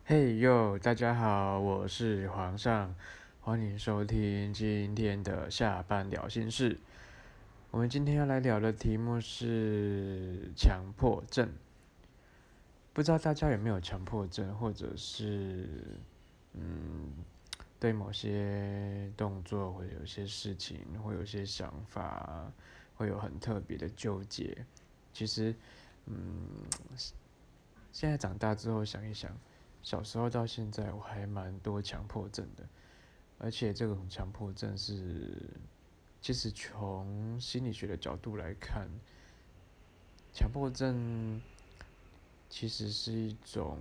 嘿呦，大家好，我是皇上，欢迎收听今天的下班聊心事。我们今天要来聊的题目是强迫症。不知道大家有没有强迫症，或者是对某些动作或者有些事情，会有些想法，会有很特别的纠结。其实，现在长大之后想一想，小时候到现在我还蛮多强迫症的，而且这种强迫症其实从心理学的角度来看，强迫症其实是一种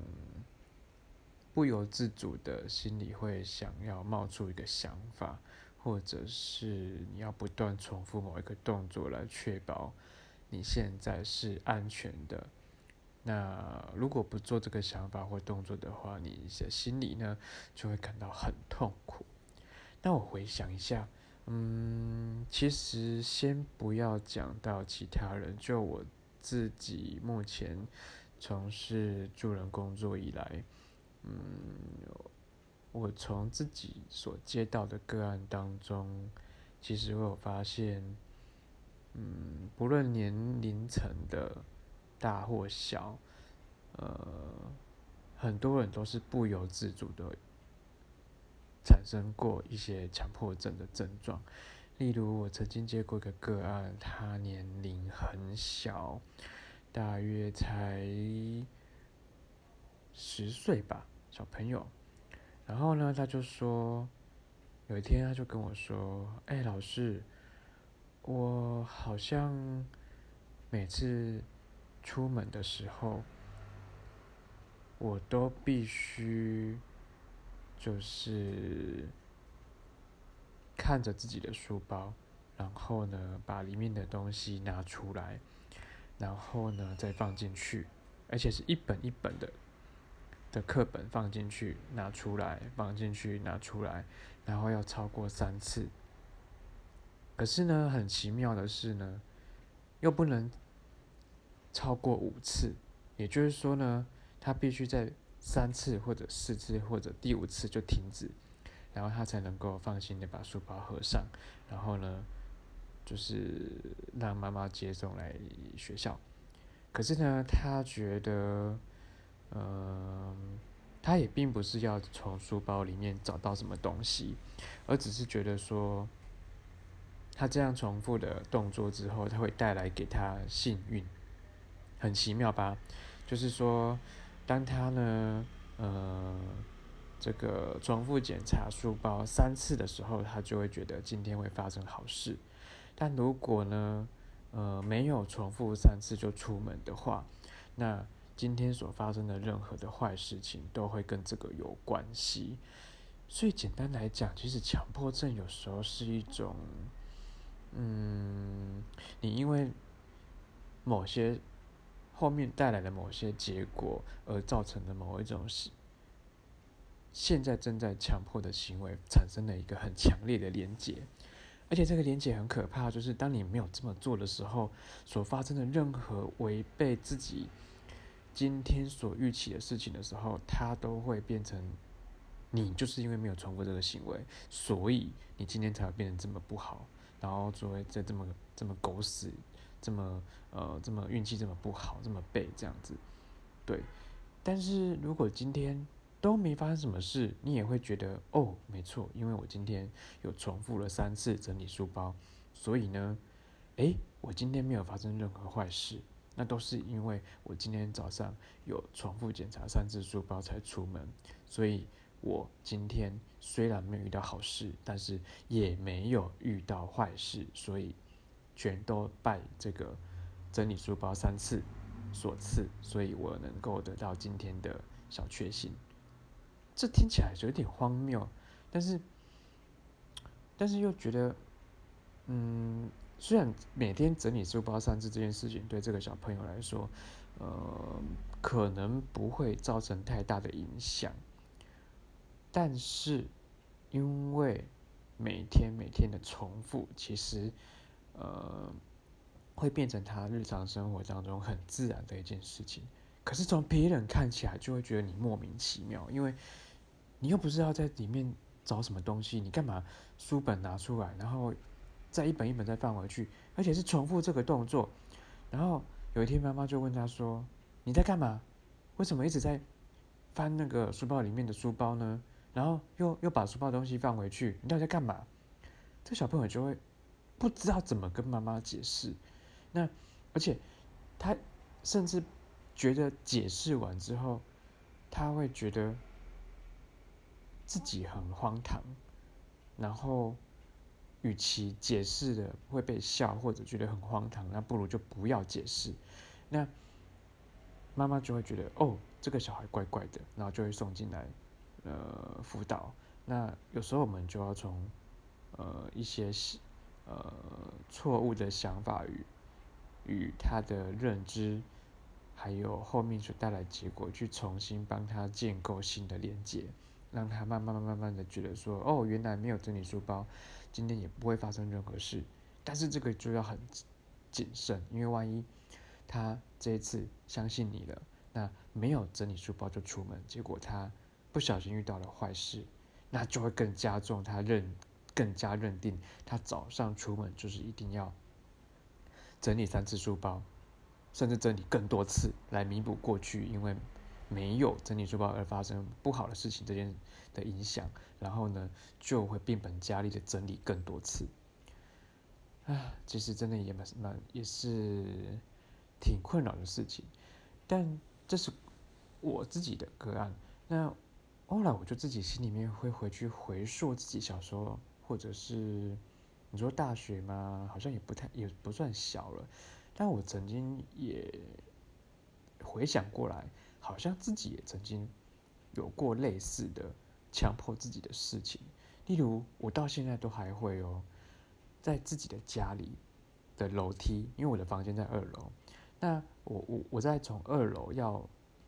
不由自主的心里会想要冒出一个想法，或者是你要不断重复某一个动作来确保你现在是安全的。那如果不做这个想法或动作的话，你的心里呢就会感到很痛苦。那我回想一下，其实先不要讲到其他人，就我自己目前从事助人工作以来，我从自己所接到的个案当中，其实我有发现，不论年龄层的大或小，很多人都是不由自主的产生过一些强迫症的症状。例如，我曾经接过一个个案，他年龄很小，大约才10岁吧，小朋友。然后呢，他就说，有一天他就跟我说：“哎，老师，我好像每次出门的时候，我都必须就是看着自己的书包，然后呢，把里面的东西拿出来，然后呢再放进去，而且是一本一本的课本放进去，拿出来，放进去，拿出来，然后要超过3次。可是呢，很奇妙的是呢，又不能超过5次，也就是说呢，他必须在3次或者4次或者第5次就停止，然后他才能够放心的把书包合上，然后呢，就是让妈妈接送来学校。可是呢，他觉得，他也并不是要从书包里面找到什么东西，而只是觉得说，他这样重复的动作之后，他会带来给他幸运，很奇妙吧？就是说，当他呢，这个重复检查书包3次的时候，他就会觉得今天会发生好事。但如果呢，没有重复3次就出门的话，那今天所发生的任何的坏事情都会跟这个有关系。所以简单来讲，其实强迫症有时候是一种，你因为某些后面带来的某些结果而造成的某一种现在正在强迫的行为产生了一个很强烈的连结，而且这个连结很可怕，就是当你没有这么做的时候，所发生的任何违背自己今天所预期的事情的时候，它都会变成你就是因为没有重复这个行为，所以你今天才会变得这么不好，然后就会再这么狗屎，这么运气这么不好，这么背这样子，对。但是如果今天都没发生什么事，你也会觉得哦，没错，因为我今天有重复了3次整理书包，所以呢，我今天没有发生任何坏事，那都是因为我今天早上有重复检查3次书包才出门，所以我今天虽然没有遇到好事，但是也没有遇到坏事，所以全都拜这个整理书包3次所赐，所以我能够得到今天的小确幸。这听起来有点荒谬，但是又觉得，虽然每天整理书包3次这件事情对这个小朋友来说，可能不会造成太大的影响，但是因为每天每天的重复，其实会变成他日常生活当中很自然的一件事情。 可是从别人看起来就会觉得你莫名其妙，因为你又不是要在里面找什么东西，你干嘛书本拿出来，然后再一本一本再放回去，而且是重复这个动作。然后有一天妈妈就问他说：你在干嘛？为什么一直在翻那个书包里面的书包呢？然后又把书包的东西放回去，你到底在干嘛？这小朋友就会不知道怎么跟妈妈解释。那而且他甚至觉得解释完之后，他会觉得自己很荒唐，然后与其解释的会被笑或者觉得很荒唐，那不如就不要解释。那妈妈就会觉得这个小孩怪怪的，然后就会送进来辅导。那有时候我们就要从一些错误的想法与他的认知，还有后面所带来的结果，去重新帮他建构新的连接，让他慢慢的觉得说，原来没有整理书包，今天也不会发生任何事。但是这个就要很谨慎，因为万一他这一次相信你了，那没有整理书包就出门，结果他不小心遇到了坏事，那就会更加重更加认定他早上出门就是一定要整理3次书包，甚至整理更多次来弥补过去因为没有整理书包而发生不好的事情这件的影响，然后呢就会变本加厉的整理更多次。其实真的也是挺困扰的事情，但这是我自己的个案。那后来我就自己心里面会回去回溯自己小时候，或者是你说大学吗？好像也不算小了，但我曾经也回想过来，好像自己也曾经有过类似的强迫自己的事情。例如，我到现在都还会在自己的家里的楼梯，因为我的房间在2楼，那我在从2楼要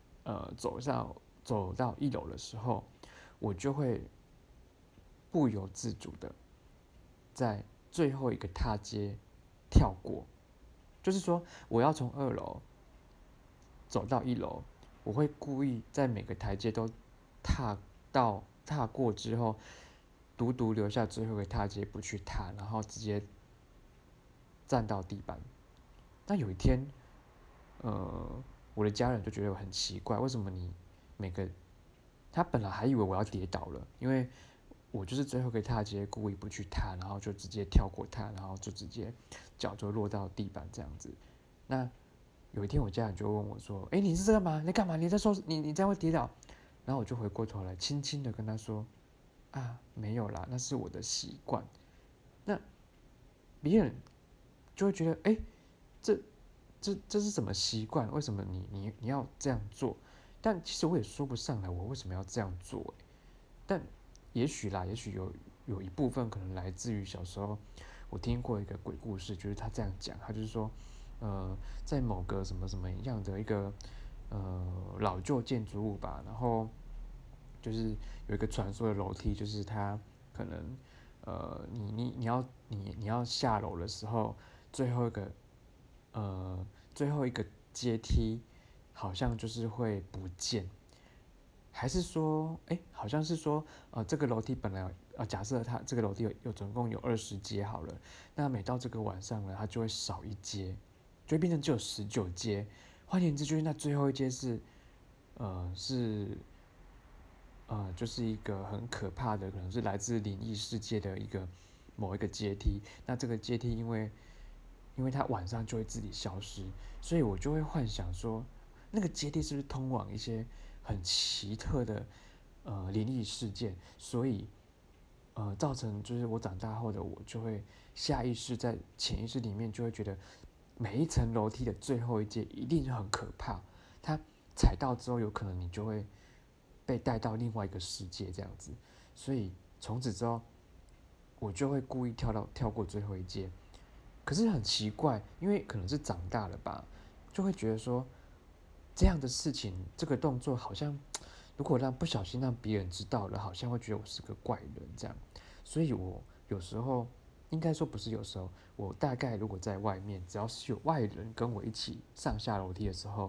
走到1楼的时候，我就会不由自主的在最后一个踏阶跳过，就是说我要从2楼走到1楼，我会故意在每个台阶都踏过之后，独独留下最后一个踏阶不去踏，然后直接站到地板。那有一天，我的家人就觉得我很奇怪，为什么你每个他本来还以为我要跌倒了，因为我就是最后一个踏阶故意不去踏，然后就直接跳过它，然后就直接脚就落到地板这样子。那有一天我家人就问我说：你是在干嘛？你干嘛？你在说你这样会跌倒？然后我就回过头来轻轻的跟他说：没有啦，那是我的习惯。那别人就会觉得这这是什么习惯？为什么你要这样做？但其实我也说不上来我为什么要这样做。但也许有一部分可能来自于小时候我听过一个鬼故事，就是他这样讲，他就是说，在某个什么什么样的一个老旧建筑物吧，然后就是有一个传说的楼梯，就是它可能你要下楼的时候，最后一个最后一个阶梯好像就是会不见，还是说，好像是说，这个楼梯本来假设它这个楼梯总共有20阶好了，那每到这个晚上呢，它就会少1阶，就会变成只有19阶。换言之，就是那最后一阶是就是一个很可怕的，可能是来自灵异世界的某一个阶梯。那这个阶梯因为它晚上就会自己消失，所以我就会幻想说，那个阶梯是不是通往一些很奇特的灵异事件，所以造成就是我长大后的我就会下意识在潜意识里面就会觉得每一层楼梯的最后一阶一定很可怕，它踩到之后有可能你就会被带到另外一个世界这样子，所以从此之后我就会故意跳过最后一阶。可是很奇怪，因为可能是长大了吧，就会觉得说这样的事情，这个动作好像如果不小心让别人知道了，好像会觉得我是个怪人这样。所以我有时候应该说不是有时候，我大概如果在外面，只要是有外人跟我一起上下楼梯的时候，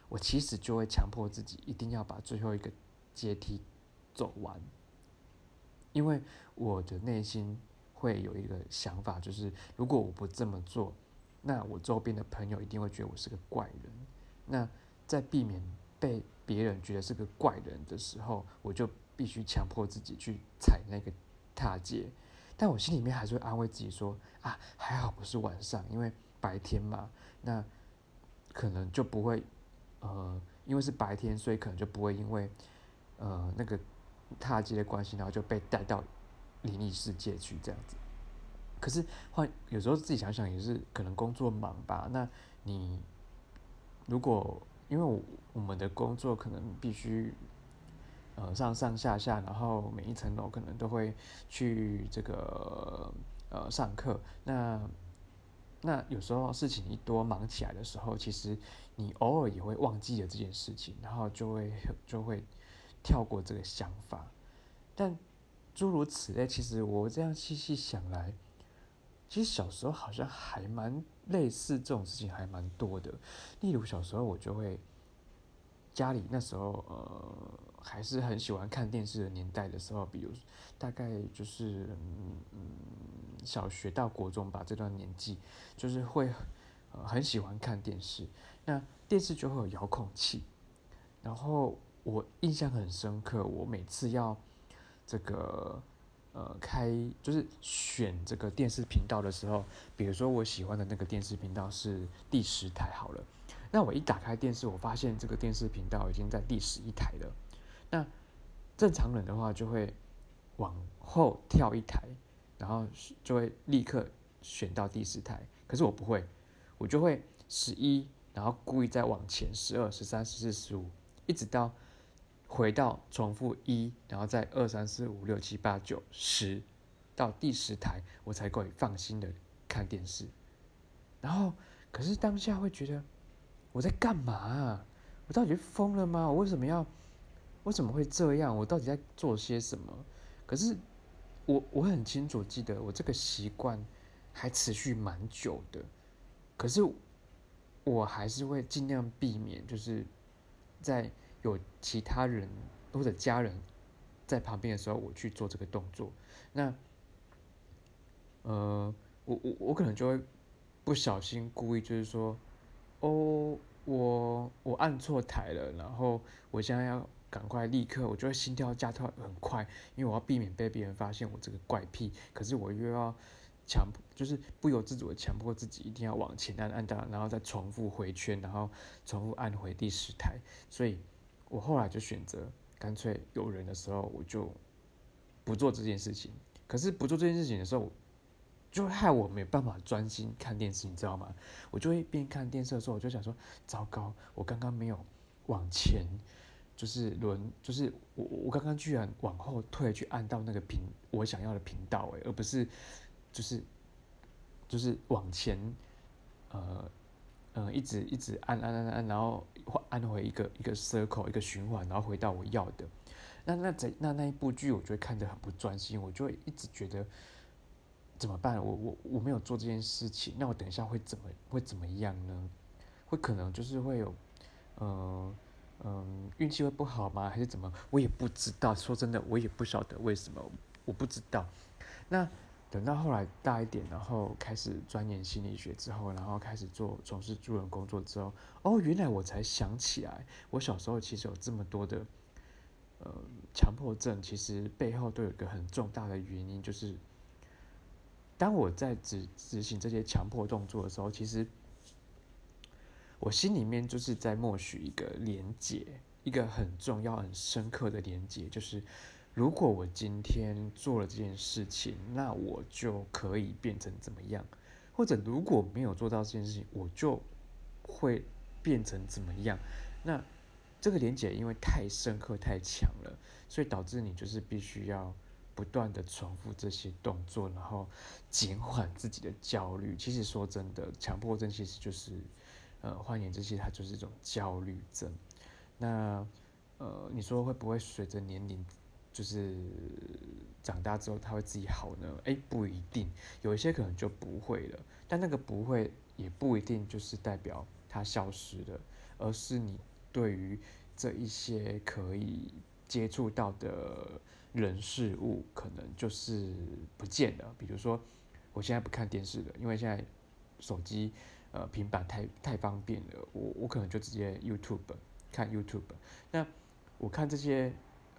我其实就会强迫自己一定要把最后一个阶梯走完，因为我的内心会有一个想法，就是如果我不这么做，那我周边的朋友一定会觉得我是个怪人。那在避免被别人觉得是个怪人的时候，我就必须强迫自己去踩那个踏阶。但我心里面还是会安慰自己说啊，还好不是晚上，因为白天嘛，那可能就不会因为是白天，所以可能就不会因为那个踏阶的关系，然后就被带到灵异世界去这样子。可是有时候自己想想也是，可能工作忙吧。那你如果因为我们的工作可能必须上上下下，然后每一层楼可能都会去这个上课。那有时候事情一多忙起来的时候，其实你偶尔也会忘记了这件事情，然后就会跳过这个想法。但诸如此类，其实我这样细细想来，其实小时候好像还蛮类似这种事情还蛮多的。例如小时候我就会家里那时候还是很喜欢看电视的年代的时候，比如大概就是小学到国中吧这段年纪，就是会很喜欢看电视。那电视就会有遥控器，然后我印象很深刻，我每次要这个就是选这个电视频道的时候，比如说我喜欢的那个电视频道是第10台好了，那我一打开电视，我发现这个电视频道已经在第11台了。那正常人的话就会往后跳一台，然后就会立刻选到第10台。可是我不会，我就会11，然后故意再往前12、13、14、15，一直到回到重复1，然后再2、3、4、5、6、7、8、9、10，到第10台我才可以放心的看电视。然后，可是当下会觉得我在干嘛啊？我到底疯了吗？我为什么会这样？我到底在做些什么？可是我很清楚记得，我这个习惯还持续蛮久的。可是我还是会尽量避免，就是在有其他人或者家人在旁边的时候，我去做这个动作。那我可能就会不小心故意就是说，哦，我按错台了，然后我现在要赶快立刻，我就会心跳加跳很快，因为我要避免被别人发现我这个怪癖。可是我又要就是不由自主的强迫自己一定要往前按到，然后再重复回圈，然后重复按回第10台。所以我后来就选择干脆有人的时候我就不做这件事情。可是不做这件事情的时候，就会害我没办法专心看电视，你知道吗？我就会边看电视的时候，我就想说，糟糕，我刚刚没有往前，就是我刚刚居然往后退去按到那个我想要的频道，而不是就是往前，一直按，然后按回一个 circle 一个循环，然后回到我要的。那一部剧，我就会看得很不专心，我就会一直觉得怎么办？我没有做这件事情，那我等一下会怎么样呢？会可能就是会有，运气会不好吗？还是怎么？我也不知道。说真的，我也不晓得为什么，我不知道。那等到后来大一点，然后开始钻研心理学之后，然后开始从事助人工作之后，哦，原来我才想起来，我小时候其实有这么多的强迫症，其实背后都有一个很重大的原因，就是当我在执行这些强迫动作的时候，其实我心里面就是在默许一个连结，一个很重要、很深刻的连结，就是如果我今天做了这件事情，那我就可以变成怎么样，或者如果没有做到这件事情，我就会变成怎么样。那这个连结因为太深刻、太强了，所以导致你就是必须要不断的重复这些动作，然后减缓自己的焦虑。其实说真的，强迫症其实就是换言之，其实它就是一种焦虑症。那你说会不会随着年龄，就是长大之后，它会自己好呢？不一定，有一些可能就不会了。但那个不会也不一定就是代表它消失了，而是你对于这一些可以接触到的人事物，可能就是不见了。比如说，我现在不看电视了，因为现在手机、平板太方便了，我可能就直接 YouTube 看 YouTube。那我看这些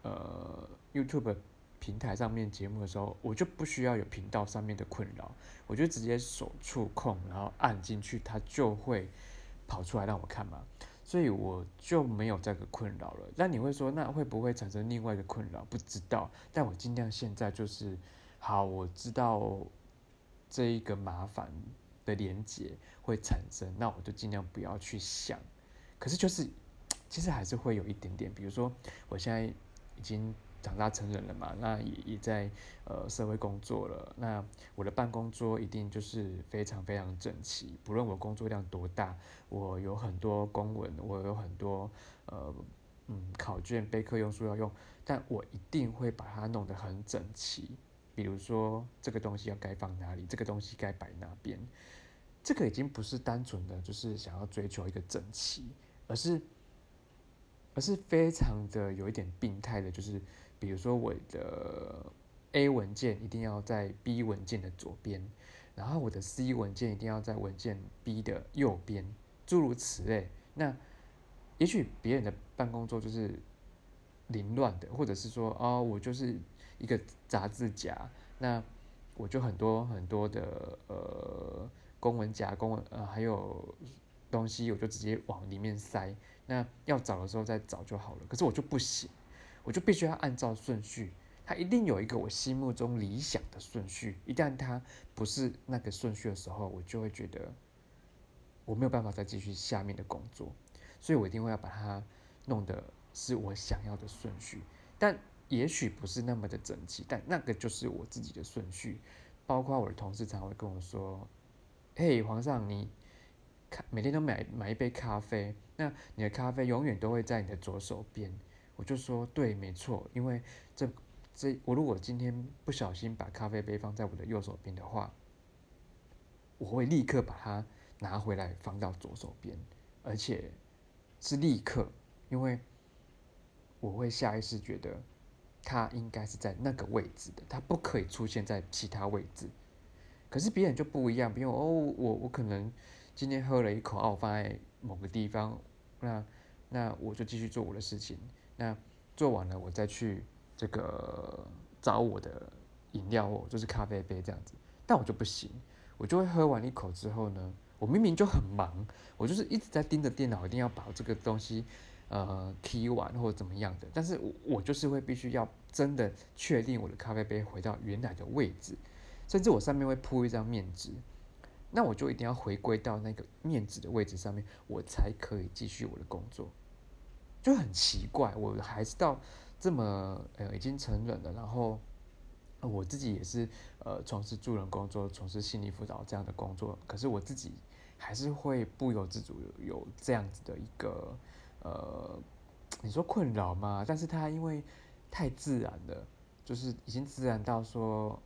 YouTube 平台上面节目的时候，我就不需要有频道上面的困扰，我就直接手触控，然后按进去，它就会跑出来让我看嘛，所以我就没有这个困扰了。那你会说，那会不会产生另外一个困扰？不知道，但我尽量现在就是，好，我知道这一个麻烦的连结会产生，那我就尽量不要去想。可是就是，其实还是会有一点点，比如说我现在已经长大成人了嘛，那也在社会工作了，那我的办公桌一定就是非常非常整齐，不论我工作量多大，我有很多公文，我有很多呃考卷备课用书要用，但我一定会把它弄得很整齐。比如说这个东西要该放哪里，这个东西该摆哪边，这个已经不是单纯的就是想要追求一个整齐，而是非常的有一点病态的，就是比如说我的 A 文件一定要在 B 文件的左边，然后我的 C 文件一定要在文件 B 的右边，诸如此类。那也许别人的办公桌就是凌乱的，或者是说哦，我就是一个杂志夹，那我就很多很多的公文夹、还有东西，我就直接往里面塞。那要找的时候再找就好了。可是我就不行，我就必须要按照顺序，它一定有一个我心目中理想的顺序。一旦它不是那个顺序的时候，我就会觉得我没有办法再继续下面的工作，所以我一定会要把它弄得是我想要的顺序。但也许不是那么的整齐，但那个就是我自己的顺序。包括我的同事常会跟我说：“嘿，皇上，你每天都买一杯咖啡，那你的咖啡永远都会在你的左手边。”我就说：“对，没错，因为我如果今天不小心把咖啡杯放在我的右手边的话，我会立刻把它拿回来放到左手边，而且是立刻，因为我会下意识觉得它应该是在那个位置的，它不可以出现在其他位置。可是别人就不一样，比如我可能今天喝了一口，我放在某个地方，那我就继续做我的事情，那做完了我再去这个找我的饮料就是咖啡杯这样子，但我就不行，我就会喝完一口之后呢，我明明就很忙，我就是一直在盯着电脑，一定要把这个东西key 完或者怎么样的，但是我就是会必须要真的确定我的咖啡杯回到原来的位置，甚至我上面会铺一张面纸，那我就一定要回归到那个面纸的位置上面，我才可以继续我的工作。就很奇怪，我还是到这么已经成人了，然后我自己也是从事助人工作，从事心理辅导这样的工作，可是我自己还是会不由自主有这样子的一个呃，你说困扰吗？但是它因为太自然了，就是已经自然到说，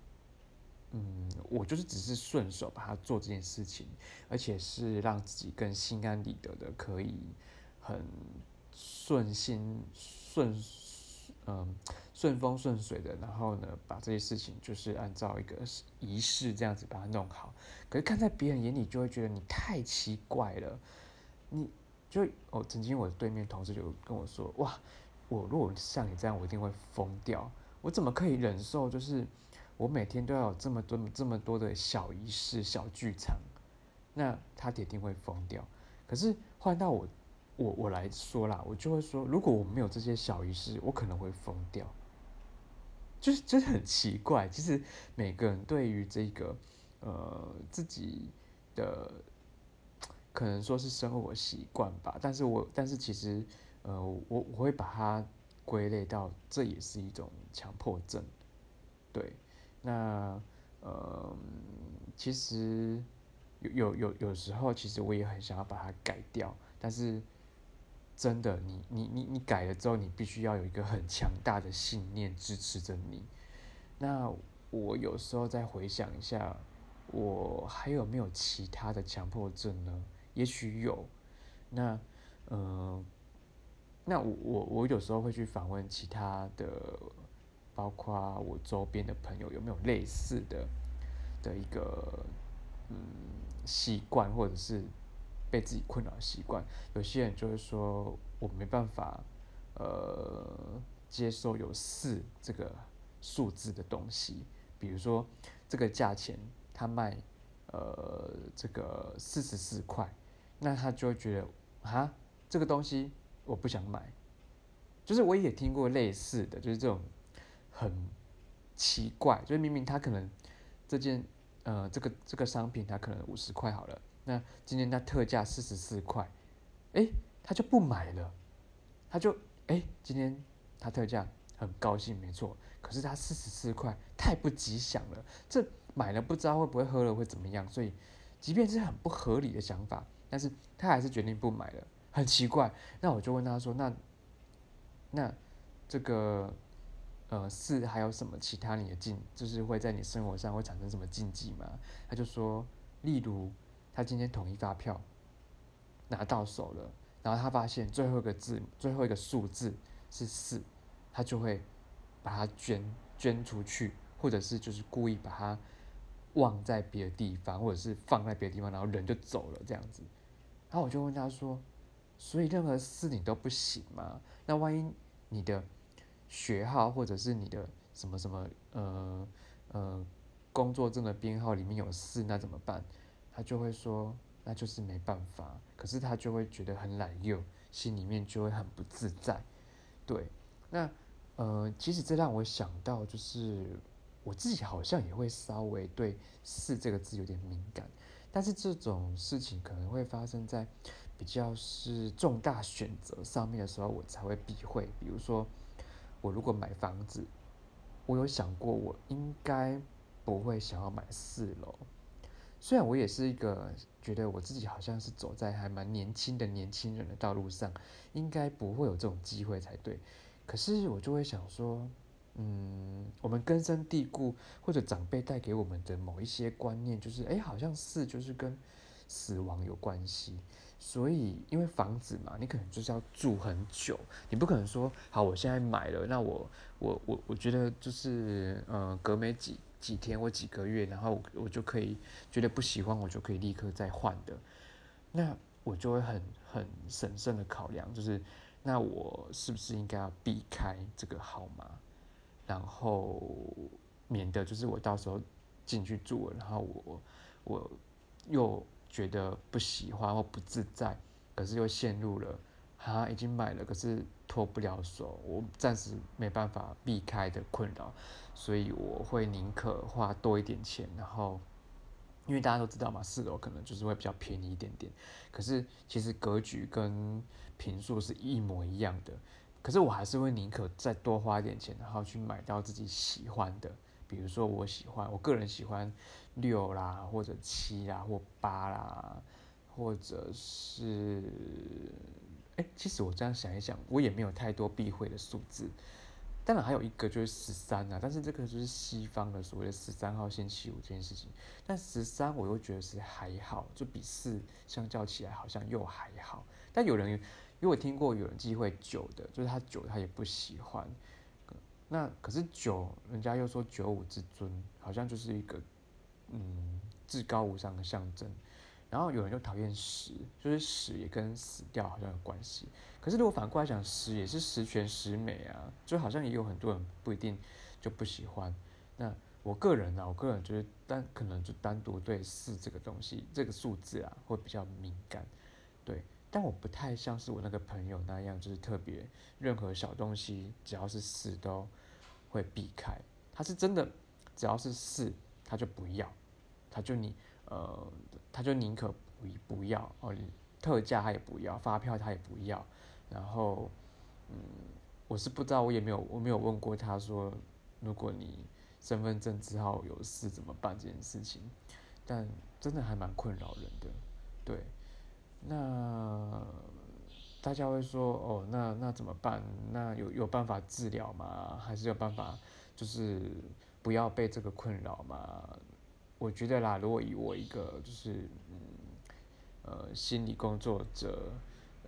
我就是只是顺手把它做这件事情，而且是让自己更心安理得的，可以很顺心嗯顺风顺水的，然后呢把这些事情就是按照一个仪式这样子把它弄好。可是看在别人眼里就会觉得你太奇怪了，你曾经我的对面同事就跟我说，哇，我如果像你这样，我一定会疯掉。我怎么可以忍受？就是我每天都要有这么多的小仪式、小剧场，那他铁定会疯掉。可是换到我来说啦，我就会说，如果我没有这些小仪式，我可能会疯掉。就是很奇怪，其实每个人对于这个自己的可能说是生活习惯吧，但是其实我会把它归类到这也是一种强迫症。对，那呃，其实有时候，其实我也很想要把它改掉，但是真的，你改了之后，你必须要有一个很强大的信念支持着你。那我有时候再回想一下，我还有没有其他的强迫症呢？也许有。那那我有时候会去访问其他的，包括我周边的朋友有没有类似的一个习惯，或者是被自己困扰的习惯。有些人就会说我没办法接受有4这个数字的东西，比如说这个价钱他卖这个44块，那他就会觉得啊这个东西我不想买。就是我也听过类似的，就是这种很奇怪，就是明明他可能这件这个商品它可能50块好了，那今天它特价44块，他就不买了，他就今天他特价很高兴没错，可是他44块太不吉祥了，这买了不知道会不会喝了会怎么样，所以即便是很不合理的想法，但是他还是决定不买了，很奇怪。那我就问他说，那这个4还有什么其他你的就是会在你生活上会产生什么禁忌吗？他就说，例如他今天统一发票拿到手了，然后他发现最后一个数字是4，他就会把它捐出去，或者是就是故意把它忘在别的地方，或者是放在别的地方，然后人就走了这样子。然后我就问他说，所以任何4你都不行吗？那万一你的学号或者是你的什么什么呃工作证的编号里面有4，那怎么办？他就会说那就是没办法，可是他就会觉得很懒惰，心里面就会很不自在。对，那其实这让我想到，就是我自己好像也会稍微对“4”这个字有点敏感，但是这种事情可能会发生在比较是重大选择上面的时候，我才会避讳。比如说，我如果买房子，我有想过，我应该不会想要买4楼。虽然我也是一个觉得我自己好像是走在还蛮年轻的年轻人的道路上，应该不会有这种机会才对。可是我就会想说，我们根深蒂固或者长辈带给我们的某一些观念，就是好像4就是跟死亡有关系。所以因为房子嘛，你可能就是要住很久，你不可能说好我现在买了，那我觉得就是隔没几天或几个月，然后我就可以觉得不喜欢，我就可以立刻再换的。那我就会很审慎的考量，就是那我是不是应该要避开这个号码，然后免得就是我到时候进去住了，然后我又觉得不喜欢或不自在，可是又陷入了已经买了，可是脱不了手，我暂时没办法避开的困扰，所以我会宁可花多一点钱，然后因为大家都知道嘛，4楼可能就是会比较便宜一点点，可是其实格局跟坪数是一模一样的，可是我还是会宁可再多花一点钱，然后去买到自己喜欢的。比如说我个人喜欢6啦，或者7啦，或8啦，或者是其实我这样想一想，我也没有太多避讳的数字。当然还有一个就是13啊，但是这个就是西方的所谓的13号星期五这件事情。但13我又觉得是还好，就比4相较起来好像又还好。但因为我听过有人忌讳9的，就是他9他也不喜欢。那可是9，人家又说95之尊，好像就是一个至高无上的象征。然后有人就讨厌10，就是10也跟死掉好像有关系。可是如果反过来讲，10也是十全十美啊，就好像也有很多人不一定就不喜欢。那我个人就是可能就单独对4这个东西这个数字啊会比较敏感，对。但我不太像是我那个朋友那样，就是特别任何小东西只要是4都会避开。他是真的只要是4他就不要，他就你呃他就宁可不要哦，特价他也不要，发票他也不要。然后我是不知道，我没有问过他说，如果你身份证字号有4怎么办这件事情，但真的还蛮困扰人的。对，那大家会说哦，那怎么办？那有办法治疗吗？还是有办法就是不要被这个困扰吗？我觉得啦，如果以我一个就是心理工作者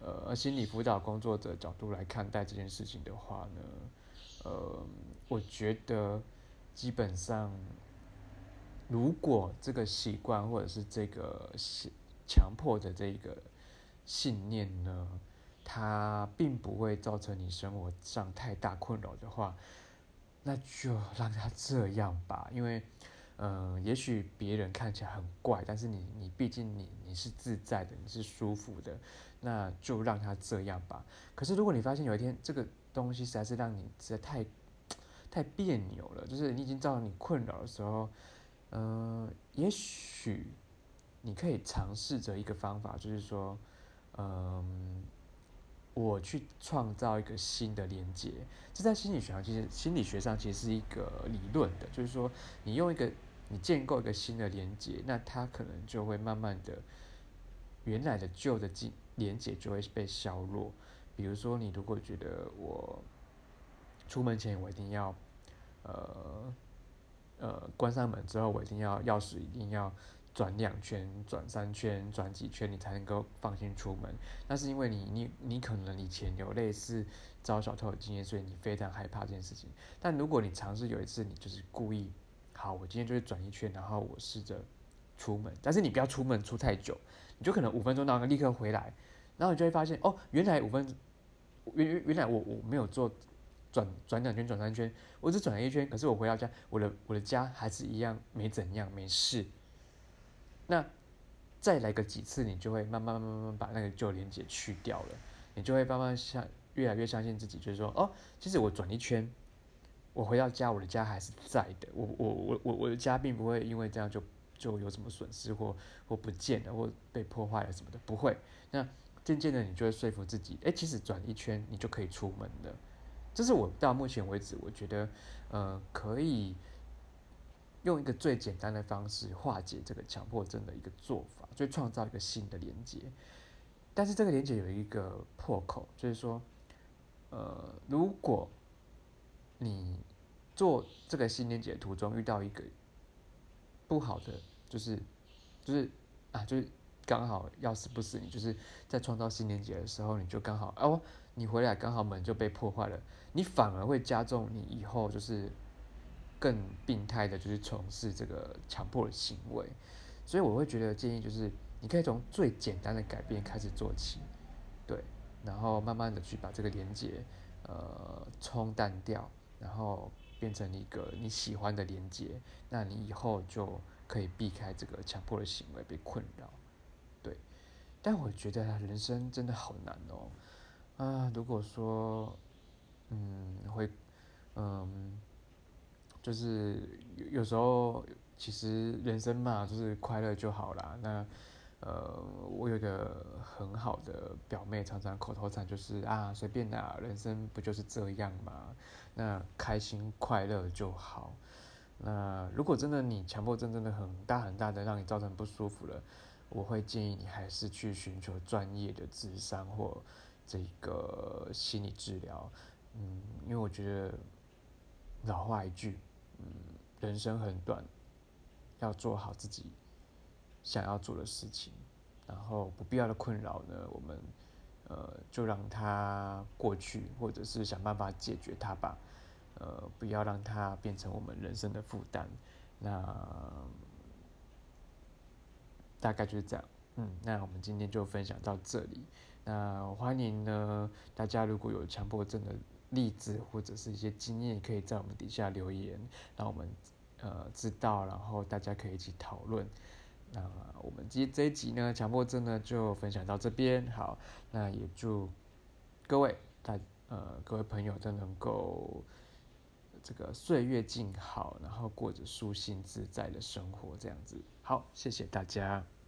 心理辅导工作者角度来看待这件事情的话呢，我觉得基本上，如果这个习惯或者是这个强迫的这个信念呢，它并不会造成你生活上太大困扰的话，那就让它这样吧。因为，也许别人看起来很怪，但是你毕竟你是自在的，你是舒服的，那就让它这样吧。可是如果你发现有一天这个东西实在是让你实在太别扭了，就是你已经造成你困扰的时候，也许你可以尝试着一个方法，就是说，嗯，我去创造一个新的连接。这在心理学上其实是一个理论的，就是说你建构一个新的连接，那它可能就会慢慢的原来的旧的连接就会被削弱。比如说，你如果觉得我出门前我一定要呃关上门之后，我一定要钥匙一定要转2圈、转3圈、转几圈，你才能够放心出门。那是因为你可能以前有类似遭小偷的经验，所以你非常害怕这件事情。但如果你尝试有一次，你就是故意，好，我今天就是转1圈，然后我试着出门，但是你不要出门出太久，你就可能5分钟，然后立刻回来，然后你就会发现，哦，原来原来我没有做转2圈转3圈，我只转了1圈，可是我回到家，我的家还是一样没怎样没事。那再来个几次，你就会慢慢把那个旧连接去掉了，你就会慢慢越来越相信自己，就是说，哦，其实我转1圈，我回到家，我的家还是在的，我的家并不会因为这样就有什么损失或不见了或被破坏了什么的，不会。那渐渐的，你就会说服自己，其实转1圈你就可以出门了。这是我到目前为止，我觉得，可以用一个最简单的方式化解这个强迫症的一个做法，就创造一个新的连接。但是这个连接有一个破口，就是说，如果你做这个新连接途中遇到一个不好的，就是就是刚好要死不死，你就是在创造新连接的时候，你就刚好你回来刚好门就被破坏了，你反而会加重你以后就是更病态的，就是从事这个强迫的行为。所以我会觉得建议就是，你可以从最简单的改变开始做起，对，然后慢慢的去把这个连接冲淡掉，然后变成一个你喜欢的连接，那你以后就可以避开这个强迫的行为被困扰。对，但我觉得人生真的好难哦。如果说会嗯就是有时候其实人生嘛，就是快乐就好啦。那我有一个很好的表妹，常常口头禅就是随便啦，人生不就是这样嘛？那开心快乐就好。那如果真的你强迫症真的很大很大的让你造成不舒服了，我会建议你还是去寻求专业的咨商或这个心理治疗。因为我觉得老话一句，人生很短，要做好自己想要做的事情，然后不必要的困扰呢，我们就让它过去，或者是想办法解决它吧。不要让它变成我们人生的负担。那大概就是这样。那我们今天就分享到这里。那欢迎呢，大家如果有强迫症的例子或者是一些经验，可以在我们底下留言，让我们知道，然后大家可以一起讨论。那我们这一集呢，强迫症呢就分享到这边。好，那也祝各位各位朋友都能够这个岁月静好，然后过着舒心自在的生活，这样子。好，谢谢大家。